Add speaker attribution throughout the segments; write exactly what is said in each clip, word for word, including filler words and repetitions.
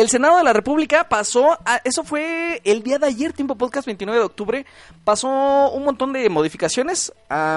Speaker 1: el Senado de la República pasó, a, eso fue el día de ayer, tiempo podcast veintinueve de octubre, pasó un montón de modificaciones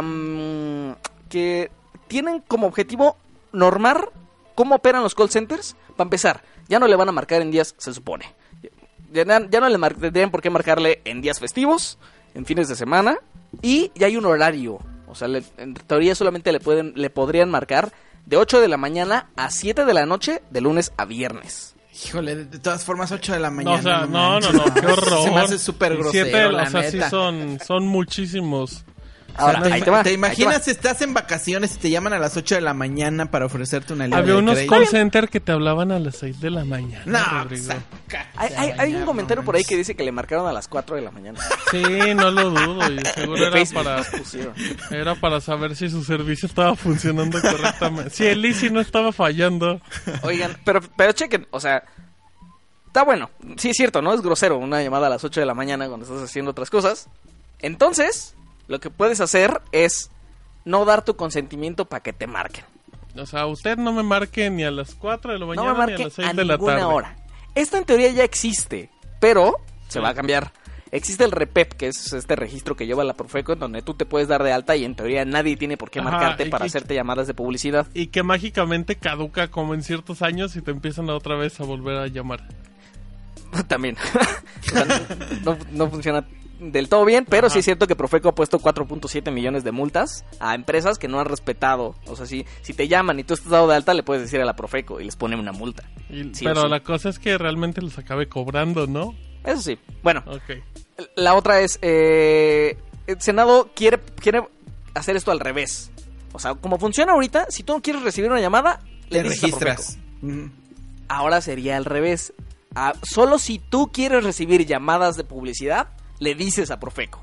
Speaker 1: um, que tienen como objetivo normar cómo operan los call centers. Para empezar, ya no le van a marcar en días, se supone. Ya, ya no le mar- tendrían por qué marcarle en días festivos, en fines de semana, y ya hay un horario. O sea, le, en teoría solamente le pueden, le podrían marcar de ocho de la mañana a siete de la noche, de lunes a viernes.
Speaker 2: Híjole, de todas formas, ocho de la mañana.
Speaker 3: No, o sea,
Speaker 2: no,
Speaker 3: no, no, no, qué horror.
Speaker 2: Se me hace súper grosero,
Speaker 3: siete,
Speaker 2: la
Speaker 3: o sea,
Speaker 2: neta.
Speaker 3: sí son, son muchísimos.
Speaker 1: Ahora,
Speaker 2: O sea,
Speaker 1: ahí
Speaker 2: te,
Speaker 1: te va,
Speaker 2: ¿te
Speaker 1: ahí
Speaker 2: imaginas
Speaker 1: te
Speaker 2: si estás en vacaciones y te llaman a las ocho de la mañana para ofrecerte una línea
Speaker 3: Había
Speaker 2: de
Speaker 3: unos
Speaker 2: crédito?
Speaker 3: call center que te hablaban a las seis de la mañana,
Speaker 2: No,
Speaker 3: Rodrigo.
Speaker 2: saca,
Speaker 1: Hay, hay, hay un comentario por ahí que dice que le marcaron a las cuatro de la mañana.
Speaker 3: Sí, no lo dudo. Y seguro
Speaker 1: De
Speaker 3: era
Speaker 1: Facebook
Speaker 3: para,
Speaker 1: nos pusieron.
Speaker 3: era para saber si su servicio estaba funcionando correctamente. Si el Easy no estaba fallando.
Speaker 1: Oigan, pero, pero chequen, o sea, está bueno. Sí es cierto, ¿no? Es grosero una llamada a las ocho de la mañana cuando estás haciendo otras cosas. Entonces, lo que puedes hacer es no dar tu consentimiento para que te marquen.
Speaker 3: O sea, usted no me marque ni a las cuatro de la
Speaker 1: No
Speaker 3: mañana
Speaker 1: me
Speaker 3: ni a
Speaker 1: marque
Speaker 3: las seis
Speaker 1: a
Speaker 3: de la
Speaker 1: ninguna
Speaker 3: tarde.
Speaker 1: hora. Esto en teoría ya existe, pero se
Speaker 3: Sí.
Speaker 1: va a cambiar. Existe el REPEP, que es este registro que lleva la Profeco, en donde tú te puedes dar de alta y en teoría nadie tiene por qué
Speaker 3: Ajá,
Speaker 1: marcarte
Speaker 3: y
Speaker 1: para
Speaker 3: que-
Speaker 1: hacerte llamadas de publicidad.
Speaker 3: Y que mágicamente caduca como en ciertos años y te empiezan a otra vez a volver a llamar.
Speaker 1: También. O sea, no, no funciona del todo bien, pero
Speaker 3: Ajá.
Speaker 1: sí es cierto que Profeco ha puesto cuatro punto siete millones de multas a empresas que no han respetado. O sea, si, si te llaman y tú estás dado de alta, le puedes decir a la Profeco y les ponen una multa.
Speaker 3: Y-
Speaker 1: Sí,
Speaker 3: pero
Speaker 1: sí.
Speaker 3: la cosa es que realmente los acabe cobrando, ¿no?
Speaker 1: Eso sí. Bueno,
Speaker 3: Ok.
Speaker 1: la otra es, eh, el Senado quiere, quiere hacer esto al revés. O sea, como funciona ahorita, si tú no quieres recibir una llamada, le
Speaker 2: Te
Speaker 1: dices a
Speaker 2: registras.
Speaker 1: Profeco.
Speaker 2: Mm.
Speaker 1: Ahora sería al revés. Ah, solo si tú quieres recibir llamadas de publicidad, le dices a Profeco.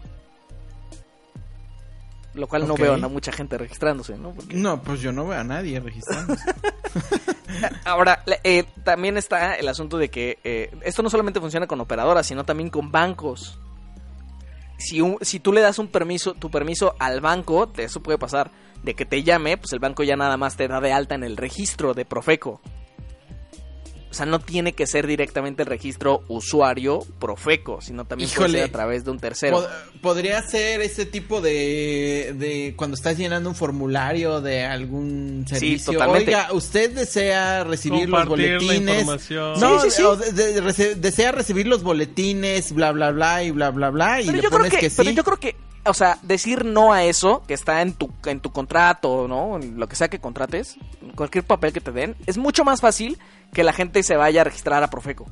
Speaker 1: Lo cual no
Speaker 2: Ok.
Speaker 1: veo a mucha gente registrándose, ¿no? Porque...
Speaker 2: No, pues yo no veo a nadie registrándose.
Speaker 1: Ahora, la- eh, también está el asunto de que eh, esto no solamente funciona con operadoras, sino también con bancos. Si, un- si tú le das un permiso, tu permiso al banco, de eso puede pasar, de que te llame, pues el banco ya nada más te da de alta en el registro de Profeco. O sea, no tiene que ser directamente el registro usuario Profeco, sino también puede
Speaker 2: Híjole.
Speaker 1: ser a través de un tercero.
Speaker 2: Pod- Podría ser ese tipo de, de cuando estás llenando un formulario de algún servicio.
Speaker 1: totalmente.
Speaker 2: Oiga, ¿usted desea recibir los
Speaker 3: Compartir la
Speaker 2: boletines?
Speaker 3: información.
Speaker 2: No,
Speaker 1: Sí, sí, sí.
Speaker 2: o de- de- rece- desea recibir los boletines, bla, bla, bla, y bla, bla, bla, y
Speaker 1: Pero
Speaker 2: le
Speaker 1: yo creo
Speaker 2: pones
Speaker 1: que,
Speaker 2: que, sí.
Speaker 1: pero yo creo que, o sea, decir no a eso, que está en tu, en tu contrato, ¿no? En lo que sea que contrates, en cualquier papel que te den, es mucho más fácil que la gente se vaya a registrar a Profeco.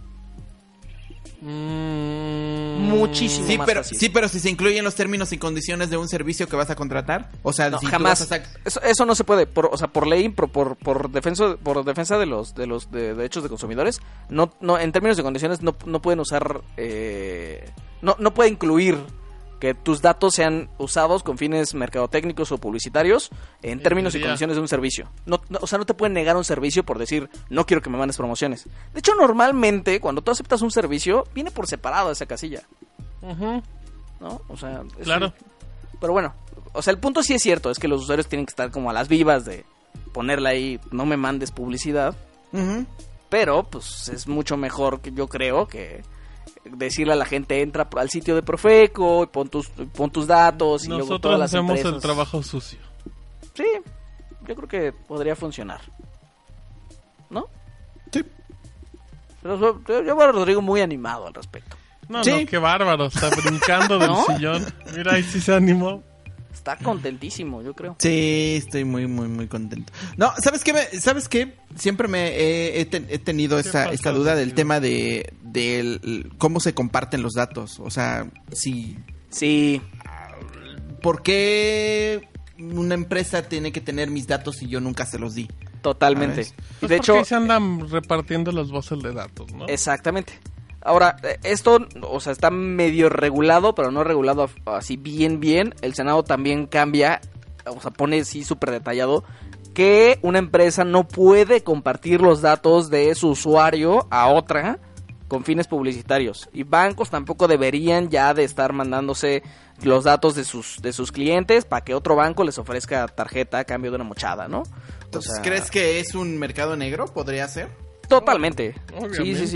Speaker 3: Mm,
Speaker 1: Muchísimo.
Speaker 2: Sí
Speaker 1: más
Speaker 2: pero,
Speaker 1: fácil.
Speaker 2: sí, pero si se incluyen los términos y condiciones de un servicio que vas a contratar, o sea,
Speaker 1: No,
Speaker 2: si tú
Speaker 1: jamás.
Speaker 2: vas a sac-
Speaker 1: Eso, eso no se puede, por, o sea, por ley, por, por, por defensa, por defensa de los, de los de derechos de consumidores, no, no, en términos de condiciones no, no pueden usar, eh, no, no puede incluir que tus datos sean usados con fines mercadotécnicos o publicitarios en términos y
Speaker 3: teoría.
Speaker 1: condiciones de un servicio. No, no, o sea, no te pueden negar un servicio por decir, no quiero que me mandes promociones. De hecho, normalmente, cuando tú aceptas un servicio, viene por separado esa casilla,
Speaker 3: Ujú,
Speaker 1: ¿no? O sea, es-
Speaker 3: claro.
Speaker 1: pero bueno, o sea, el punto sí es cierto, es que los usuarios tienen que estar como a las vivas de ponerle ahí, no me mandes publicidad,
Speaker 2: Ujú.
Speaker 1: pero pues es mucho mejor que yo creo que decirle a la gente entra al sitio de Profeco, y pon tus, pon tus datos y luego todas
Speaker 3: Nosotros
Speaker 1: las
Speaker 3: hacemos
Speaker 1: empresas.
Speaker 3: el trabajo sucio.
Speaker 1: Sí, yo creo que podría funcionar, ¿no?
Speaker 2: Sí.
Speaker 1: Pero yo, yo veo a Rodrigo muy animado al respecto.
Speaker 3: No,
Speaker 2: Sí.
Speaker 3: no, qué bárbaro. Está brincando del
Speaker 1: ¿No?
Speaker 3: sillón. Mira, ahí sí se animó.
Speaker 1: Está contentísimo, yo creo.
Speaker 2: Sí, estoy muy, muy, muy contento. No, ¿sabes qué? Me- ¿Sabes qué? Siempre me he, he ten- he tenido esta,
Speaker 3: pasó,
Speaker 2: esta duda del
Speaker 3: tío?
Speaker 2: tema de, del cómo se comparten los datos. O sea, si,
Speaker 1: Sí,
Speaker 2: ¿por qué una empresa tiene que tener mis datos si yo nunca se los di?
Speaker 1: totalmente.
Speaker 2: ¿Sabes?
Speaker 1: Y
Speaker 3: Pues
Speaker 1: de hecho,
Speaker 3: porque se andan repartiendo las bases de datos, ¿no?
Speaker 1: exactamente. Ahora, eh, esto, o sea, está medio regulado, pero no regulado af- así bien, bien. El Senado también cambia, o sea, pone así súper detallado, que una empresa no puede compartir los datos de su usuario a otra con fines publicitarios. Y bancos tampoco deberían ya de estar mandándose los datos de sus, de sus clientes para que otro banco les ofrezca tarjeta a cambio de una mochada, ¿no? O
Speaker 2: Entonces,
Speaker 1: sea,
Speaker 2: ¿crees que es un mercado negro? ¿Podría ser?
Speaker 1: Totalmente.
Speaker 3: Obviamente.
Speaker 1: Sí, sí, sí.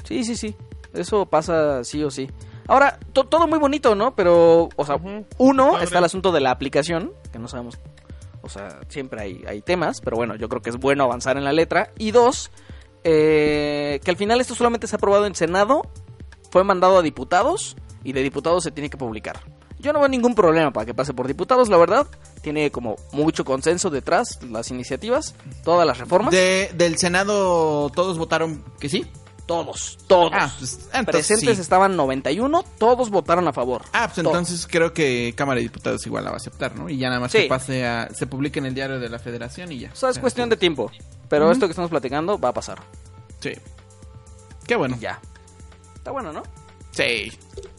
Speaker 1: Sí, sí, sí. Eso pasa sí o sí. Ahora, to- todo muy bonito, ¿no? Pero, o sea,
Speaker 3: Ujú.
Speaker 1: uno,
Speaker 3: Padre.
Speaker 1: está el asunto de la aplicación, que no sabemos, o sea, siempre hay, hay temas, pero bueno, yo creo que es bueno avanzar en la letra. Y dos, eh, que al final esto solamente se ha aprobado en Senado, fue mandado a diputados, y de diputados se tiene que publicar. Yo no veo ningún problema para que pase por diputados, la verdad. Tiene como mucho consenso detrás las iniciativas, todas las reformas.
Speaker 2: De, del Senado, ¿todos votaron que sí?
Speaker 1: Todos, todos.
Speaker 2: Ah, pues, entonces
Speaker 1: Presentes
Speaker 2: sí.
Speaker 1: estaban noventa y uno, todos votaron a favor.
Speaker 2: Ah, pues
Speaker 1: Todos.
Speaker 2: entonces creo que Cámara de Diputados igual la va a aceptar, ¿no? Y ya nada más
Speaker 1: Sí.
Speaker 2: que pase a... Se publique en el diario de la Federación y ya.
Speaker 1: O sea, es cuestión de tiempo. Pero
Speaker 2: Ujú.
Speaker 1: esto que estamos platicando va a pasar.
Speaker 2: Sí. Qué bueno.
Speaker 1: Y ya. Está bueno, ¿no?
Speaker 2: Sí.